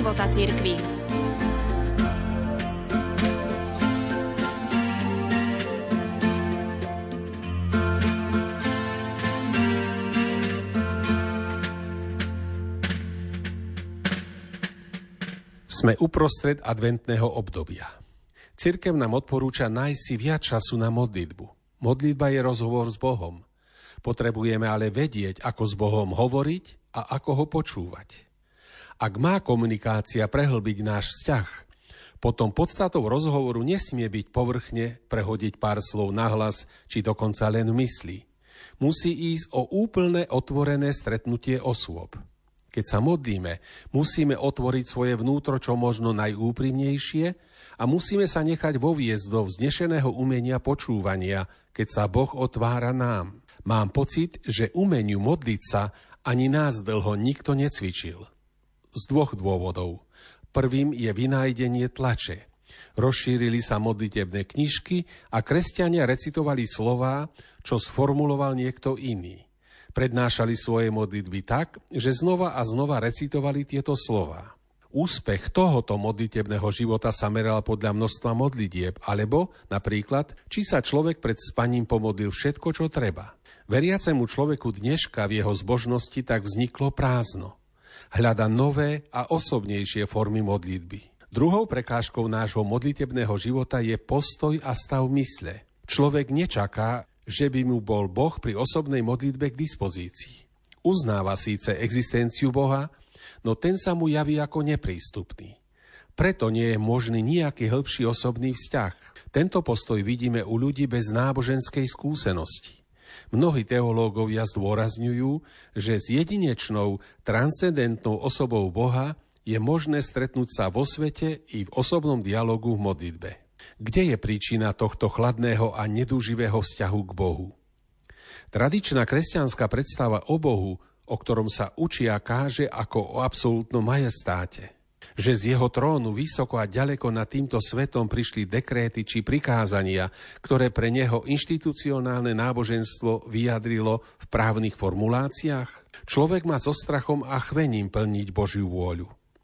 života cirkvi. Sme uprostred adventného obdobia. Cirkev nám odporúča nájsť si viac času na modlitbu. Modlitba je rozhovor s Bohom. Potrebujeme ale vedieť, ako s Bohom hovoriť a ako ho počúvať. Ak má komunikácia prehlbiť náš vzťah, potom podstatou rozhovoru nesmie byť povrchne prehodiť pár slov nahlas, či dokonca len v mysli. Musí ísť o úplne otvorené stretnutie osôb. Keď sa modlíme, musíme otvoriť svoje vnútro čo možno najúprimnejšie a musíme sa nechať voviesť do vznešeného umenia počúvania, keď sa Boh otvára nám. Mám pocit, že umeniu modliť sa ani nás dlho nikto necvičil. Z dvoch dôvodov. Prvým je vynájdenie tlače. Rozšírili sa modlitebné knižky a kresťania recitovali slová, čo sformuloval niekto iný. Prednášali svoje modlitby tak, že znova a znova recitovali tieto slová. Úspech tohoto modlitebného života sa meral podľa množstva modlitieb, alebo napríklad, či sa človek pred spaním pomodlil všetko, čo treba. Veriacemu človeku dneška v jeho zbožnosti tak vzniklo prázdno. Hľada nové a osobnejšie formy modlitby. Druhou prekážkou nášho modlitebného života je postoj a stav mysle. Človek nečaká, že by mu bol Boh pri osobnej modlitbe k dispozícii. Uznáva síce existenciu Boha, no ten sa mu javí ako neprístupný. Preto nie je možný nejaký hĺbší osobný vzťah. Tento postoj vidíme u ľudí bez náboženskej skúsenosti. Mnohí teológovia zdôrazňujú, že s jedinečnou, transcendentnou osobou Boha je možné stretnúť sa vo svete i v osobnom dialogu v modlitbe. Kde je príčina tohto chladného a nedúživého vzťahu k Bohu? Tradičná kresťanská predstava o Bohu, o ktorom sa učí a káže ako o absolútnom majestáte, že z jeho trónu vysoko a ďaleko nad týmto svetom prišli dekréty či prikázania, ktoré pre neho inštitucionálne náboženstvo vyjadrilo v právnych formuláciách, človek má so strachom a chvením plniť Božiu vôľu.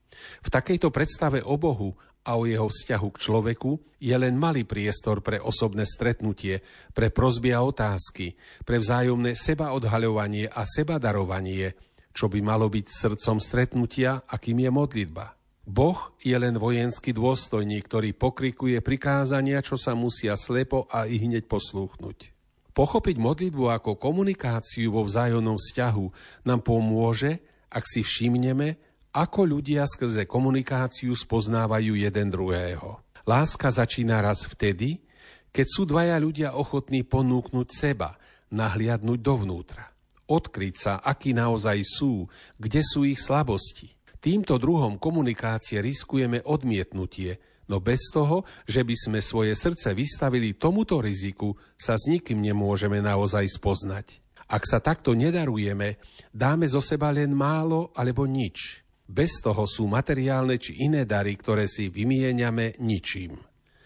V takejto predstave o Bohu a o jeho vzťahu k človeku je len malý priestor pre osobné stretnutie, pre prosby a otázky, pre vzájomné sebaodhaľovanie a sebadarovanie, čo by malo byť srdcom stretnutia, akým je modlitba. Boh je len vojenský dôstojník, ktorý pokrikuje prikázania, čo sa musia slepo a i hneď poslúchnuť. Pochopiť modlitbu ako komunikáciu vo vzájomnom vzťahu nám pomôže, ak si všimneme, ako ľudia skrze komunikáciu spoznávajú jeden druhého. Láska začína raz vtedy, keď sú dvaja ľudia ochotní ponúknuť seba, nahliadnúť dovnútra. Odkryť sa, akí naozaj sú, kde sú ich slabosti. Týmto druhom komunikácie riskujeme odmietnutie, no bez toho, že by sme svoje srdce vystavili tomuto riziku, sa s nikým nemôžeme naozaj spoznať. Ak sa takto nedarujeme, dáme zo seba len málo alebo nič. Bez toho sú materiálne či iné dary, ktoré si vymieňame ničím.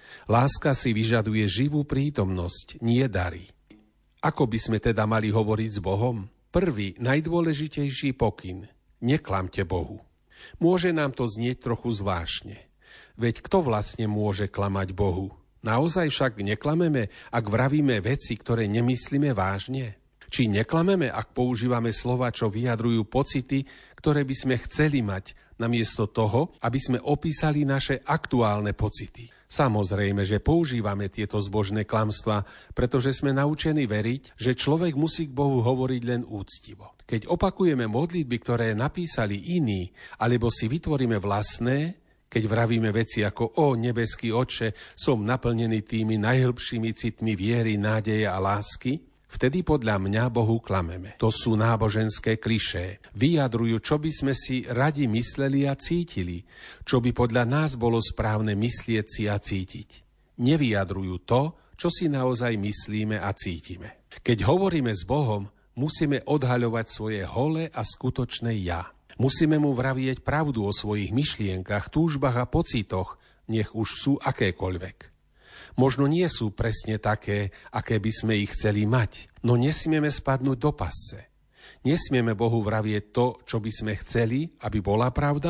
Láska si vyžaduje živú prítomnosť, nie dary. Ako by sme teda mali hovoriť s Bohom? Prvý, najdôležitejší pokyn. Neklamte Bohu. Môže nám to znieť trochu zvláštne. Veď kto vlastne môže klamať Bohu? Naozaj však neklameme, ak vravíme veci, ktoré nemyslíme vážne? Či neklameme, ak používame slova, čo vyjadrujú pocity, ktoré by sme chceli mať, namiesto toho, aby sme opísali naše aktuálne pocity? Samozrejme, že používame tieto zbožné klamstvá, pretože sme naučení veriť, že človek musí k Bohu hovoriť len úctivo. Keď opakujeme modlitby, ktoré napísali iní, alebo si vytvoríme vlastné, keď vravíme veci ako o nebeský Otče, som naplnený tými najhlbšími citmi viery, nádeje a lásky, vtedy podľa mňa Bohu klameme. To sú náboženské klišé. Vyjadrujú, čo by sme si radi mysleli a cítili, čo by podľa nás bolo správne myslieť si a cítiť. Nevyjadrujú to, čo si naozaj myslíme a cítime. Keď hovoríme s Bohom, musíme odhaľovať svoje holé a skutočné ja. Musíme mu vravieť pravdu o svojich myšlienkach, túžbách a pocitoch, nech už sú akékoľvek. Možno nie sú presne také, aké by sme ich chceli mať, no nesmieme spadnúť do pasce. Nesmieme Bohu vravieť to, čo by sme chceli, aby bola pravda,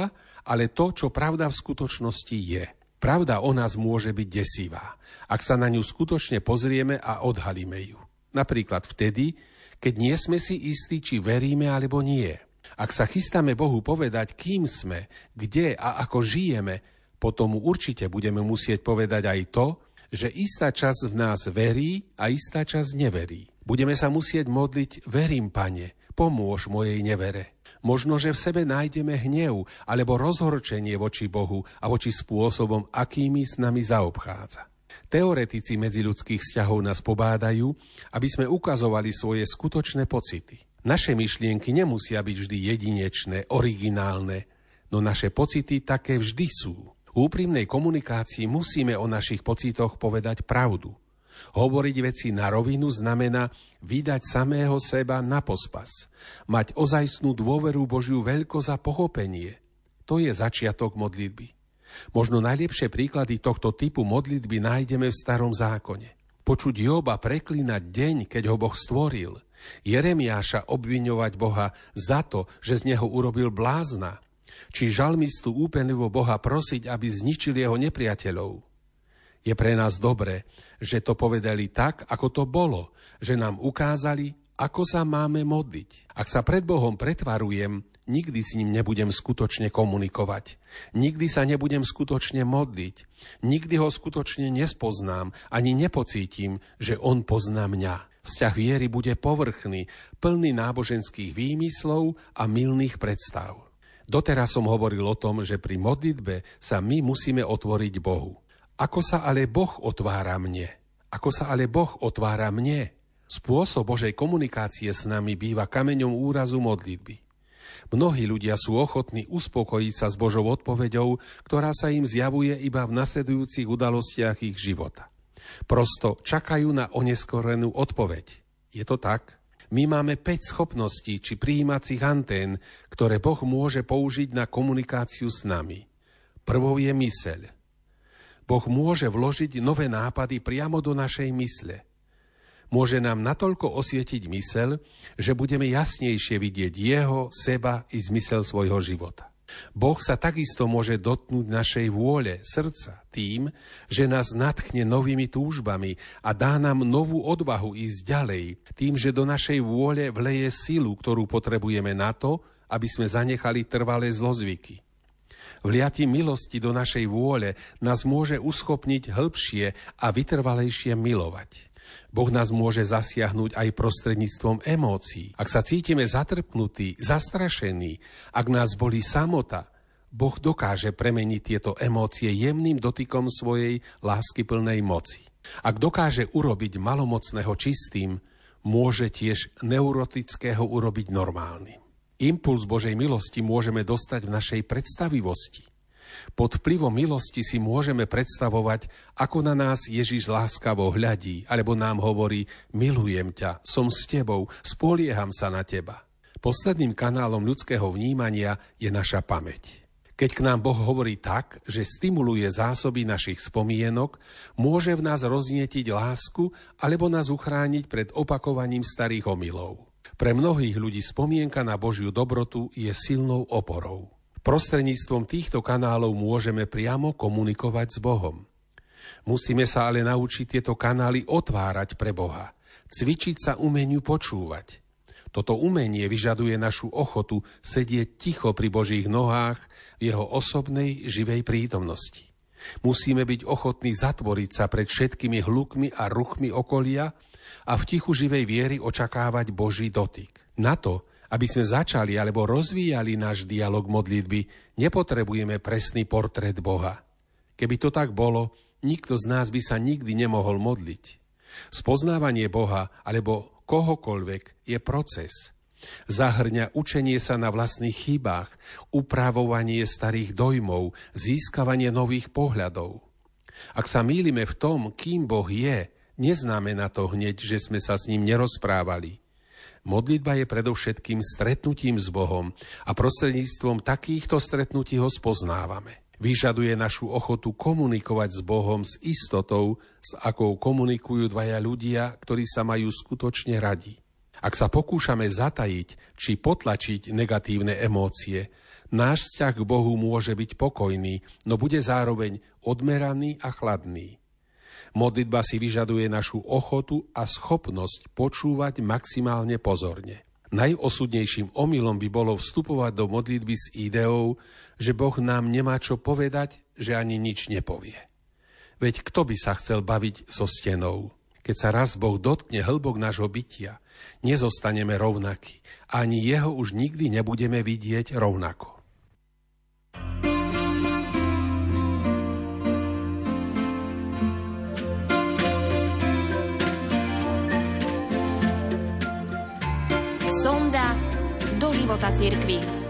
ale to, čo pravda v skutočnosti je. Pravda o nás môže byť desivá, ak sa na ňu skutočne pozrieme a odhalíme ju. Napríklad vtedy, keď nie sme si istí, či veríme alebo nie. Ak sa chystáme Bohu povedať, kým sme, kde a ako žijeme, potom mu určite budeme musieť povedať aj to, že istá časť v nás verí a istá časť neverí. Budeme sa musieť modliť, verím, Pane, pomôž mojej nevere. Možno, že v sebe nájdeme hnev alebo rozhorčenie voči Bohu a voči spôsobom, akými s nami zaobchádza. Teoretici medziľudských vzťahov nás pobádajú, aby sme ukazovali svoje skutočné pocity. Naše myšlienky nemusia byť vždy jedinečné, originálne, no naše pocity také vždy sú. V úprimnej komunikácii musíme o našich pocitoch povedať pravdu. Hovoriť veci na rovinu znamená vydať samého seba na pospas, mať ozajstnú dôveru Božiu veľkosť a pochopenie. To je začiatok modlitby. Možno najlepšie príklady tohto typu modlitby nájdeme v Starom zákone. Počuť Joba preklínať deň, keď ho Boh stvoril, Jeremiáša obviňovať Boha za to, že z neho urobil blázna, či žalmistu úpenlivo Boha prosiť, aby zničil jeho nepriateľov. Je pre nás dobré, že to povedali tak, ako to bolo, že nám ukázali, ako sa máme modliť. Ak sa pred Bohom pretvarujem, nikdy s ním nebudem skutočne komunikovať. Nikdy sa nebudem skutočne modliť. Nikdy ho skutočne nespoznám, ani nepocítim, že on pozná mňa. Vzťah viery bude povrchný, plný náboženských výmyslov a mylných predstav. Doteraz som hovoril o tom, že pri modlitbe sa my musíme otvoriť Bohu. Ako sa ale Boh otvára mne? Ako sa ale Boh otvára mne? Spôsob Božej komunikácie s nami býva kameňom úrazu modlitby. Mnohí ľudia sú ochotní uspokojiť sa s Božou odpoveďou, ktorá sa im zjavuje iba v nasledujúcich udalostiach ich života. Prosto čakajú na oneskorenú odpoveď. Je to tak? My máme 5 schopností či prijímacích antén, ktoré Boh môže použiť na komunikáciu s nami. Prvou je myseľ. Boh môže vložiť nové nápady priamo do našej mysle. Môže nám natoľko osvietiť myseľ, že budeme jasnejšie vidieť jeho, seba i zmysel svojho života. Boh sa takisto môže dotknúť našej vôle, srdca, tým, že nás nadchne novými túžbami a dá nám novú odvahu ísť ďalej, tým, že do našej vôle vleje silu, ktorú potrebujeme na to, aby sme zanechali trvalé zlozvyky. Vliatím milosti do našej vôle nás môže uschopniť hĺbšie a vytrvalejšie milovať. Boh nás môže zasiahnuť aj prostredníctvom emócií. Ak sa cítime zatrpnutí, zastrašení, ak nás bolí samota, Boh dokáže premeniť tieto emócie jemným dotykom svojej láskyplnej moci. Ak dokáže urobiť malomocného čistým, môže tiež neurotického urobiť normálnym. Impuls Božej milosti môžeme dostať v našej predstavivosti. Pod vplyvom milosti si môžeme predstavovať, ako na nás Ježiš láskavo hľadí, alebo nám hovorí, milujem ťa, som s tebou, spolieham sa na teba. Posledným kanálom ľudského vnímania je naša pamäť. Keď k nám Boh hovorí tak, že stimuluje zásoby našich spomienok, môže v nás roznietiť lásku, alebo nás uchrániť pred opakovaním starých omylov. Pre mnohých ľudí spomienka na Božiu dobrotu je silnou oporou. Prostredníctvom týchto kanálov môžeme priamo komunikovať s Bohom. Musíme sa ale naučiť tieto kanály otvárať pre Boha, cvičiť sa umeniu počúvať. Toto umenie vyžaduje našu ochotu sedieť ticho pri Božích nohách v jeho osobnej živej prítomnosti. Musíme byť ochotní zatvoriť sa pred všetkými hlukmi a ruchmi okolia a v tichu živej viery očakávať Boží dotyk. Na to, aby sme začali alebo rozvíjali náš dialog modlitby, nepotrebujeme presný portrét Boha. Keby to tak bolo, nikto z nás by sa nikdy nemohol modliť. Spoznávanie Boha alebo kohokoľvek je proces. Zahŕňa učenie sa na vlastných chybách, upravovanie starých dojmov, získavanie nových pohľadov. Ak sa mýlime v tom, kým Boh je, neznamená to hneď, že sme sa s ním nerozprávali. Modlitba je predovšetkým stretnutím s Bohom a prostredníctvom takýchto stretnutí ho spoznávame. Vyžaduje našu ochotu komunikovať s Bohom s istotou, s akou komunikujú dvaja ľudia, ktorí sa majú skutočne radi. Ak sa pokúšame zatajiť či potlačiť negatívne emócie, Náš vzťah k Bohu môže byť pokojný, no bude zároveň odmeraný a chladný. Modlitba si vyžaduje našu ochotu a schopnosť počúvať maximálne pozorne. Najosudnejším omylom by bolo vstupovať do modlitby s ideou, že Boh nám nemá čo povedať, že ani nič nepovie. Veď kto by sa chcel baviť so stenou? Keď sa raz Boh dotkne hĺbok nášho bytia, nezostaneme rovnakí, ani jeho už nikdy nebudeme vidieť rovnako. Sonda do života cirkvi.